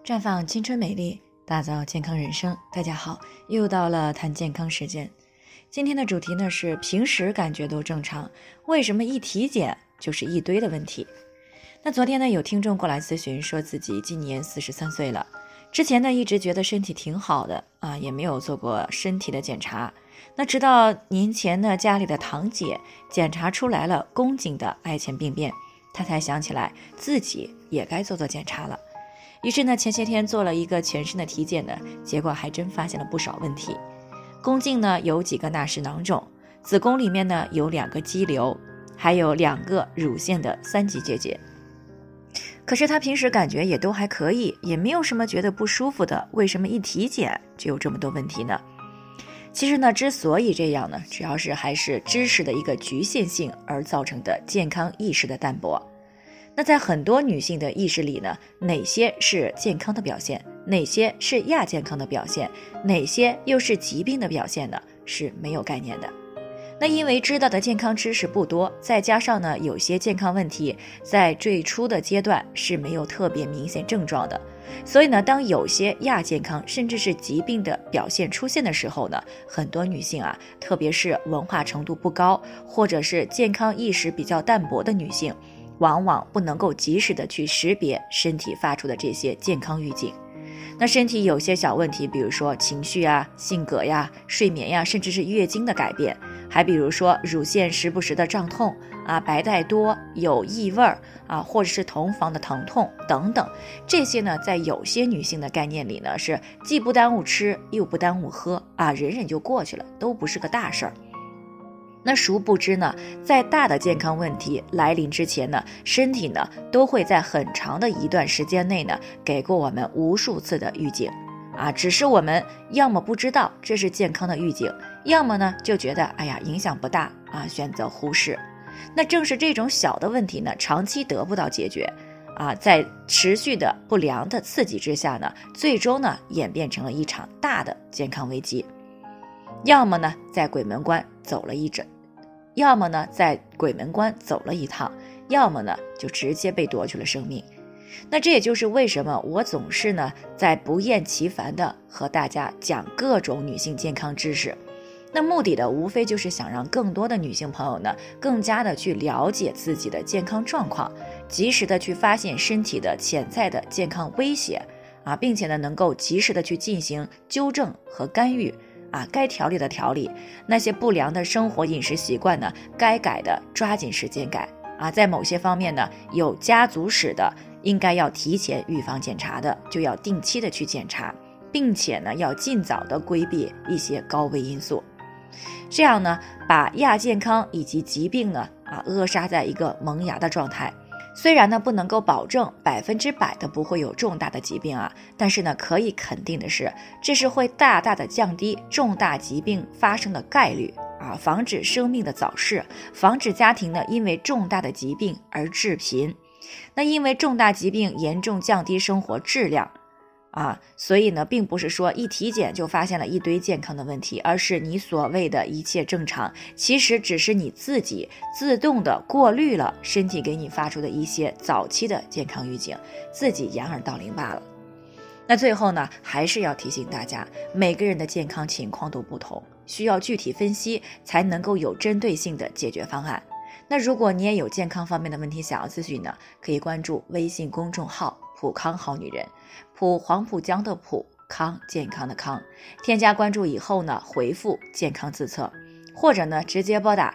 绽放青春美丽，打造健康人生。大家好，又到了谈健康时间。今天的主题呢是平时感觉都正常，为什么一体检就是一堆的问题？那昨天呢有听众过来咨询，说自己今年43岁了，之前呢一直觉得身体挺好的也没有做过身体的检查。那直到年前呢家里的堂姐检查出来了宫颈的癌前病变，她才想起来自己也该做检查了。于是呢前些天做了一个全身的体检呢，结果还真发现了不少问题。宫颈呢有几个纳氏囊肿，子宫里面呢有2个肌瘤，还有2个乳腺的3级结节。可是他平时感觉也都还可以，也没有什么觉得不舒服的，为什么一体检就有这么多问题呢？其实呢之所以这样呢，主要是还是知识的一个局限性而造成的健康意识的淡薄。那在很多女性的意识里呢，哪些是健康的表现，哪些是亚健康的表现，哪些又是疾病的表现呢，是没有概念的。那因为知道的健康知识不多，再加上呢有些健康问题在最初的阶段是没有特别明显症状的，所以呢当有些亚健康甚至是疾病的表现出现的时候呢，很多女性特别是文化程度不高或者是健康意识比较淡薄的女性，往往不能够及时的去识别身体发出的这些健康预警。那身体有些小问题，比如说情绪性格睡眠甚至是月经的改变，还比如说乳腺时不时的胀痛白带多，有异味或者是同房的疼痛等等，这些呢在有些女性的概念里呢，是既不耽误吃又不耽误喝忍忍就过去了，都不是个大事儿。那殊不知呢，在大的健康问题来临之前呢，身体呢都会在很长的一段时间内呢给过我们无数次的预警只是我们要么不知道这是健康的预警，要么呢就觉得影响不大选择忽视。那正是这种小的问题呢，长期得不到解决在持续的不良的刺激之下呢，最终呢演变成了一场大的健康危机。要么呢在鬼门关走了一阵，要么呢在鬼门关走了一趟，要么呢就直接被夺去了生命。那这也就是为什么我总是呢在不厌其烦的和大家讲各种女性健康知识，那目的的无非就是想让更多的女性朋友呢更加的去了解自己的健康状况，及时的去发现身体的潜在的健康威胁并且呢能够及时的去进行纠正和干预该调理的调理，那些不良的生活饮食习惯呢，该改的抓紧时间改在某些方面呢有家族史的，应该要提前预防检查的，就要定期的去检查，并且呢要尽早的规避一些高危因素，这样呢把亚健康以及疾病呢扼杀在一个萌芽的状态。虽然呢不能够保证100%的不会有重大的疾病但是呢可以肯定的是，这是会大大的降低重大疾病发生的概率防止生命的早逝，防止家庭呢因为重大的疾病而致贫。那因为重大疾病严重降低生活质量所以呢并不是说一体检就发现了一堆健康的问题，而是你所谓的一切正常，其实只是你自己自动的过滤了身体给你发出的一些早期的健康预警，自己掩耳盗铃罢了。那最后呢还是要提醒大家，每个人的健康情况都不同，需要具体分析才能够有针对性的解决方案。那如果你也有健康方面的问题想要咨询呢，可以关注微信公众号普康好女人，普黄浦江的普，康健康的康，添加关注以后呢回复健康自测，或者呢直接拨打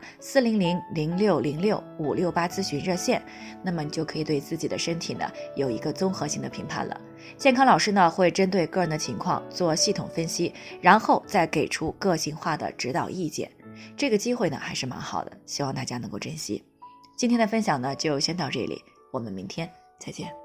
400-0606-568咨询热线，那么你就可以对自己的身体呢有一个综合性的评判了。健康老师呢会针对个人的情况做系统分析，然后再给出个性化的指导意见。这个机会呢还是蛮好的，希望大家能够珍惜。今天的分享呢就先到这里，我们明天再见。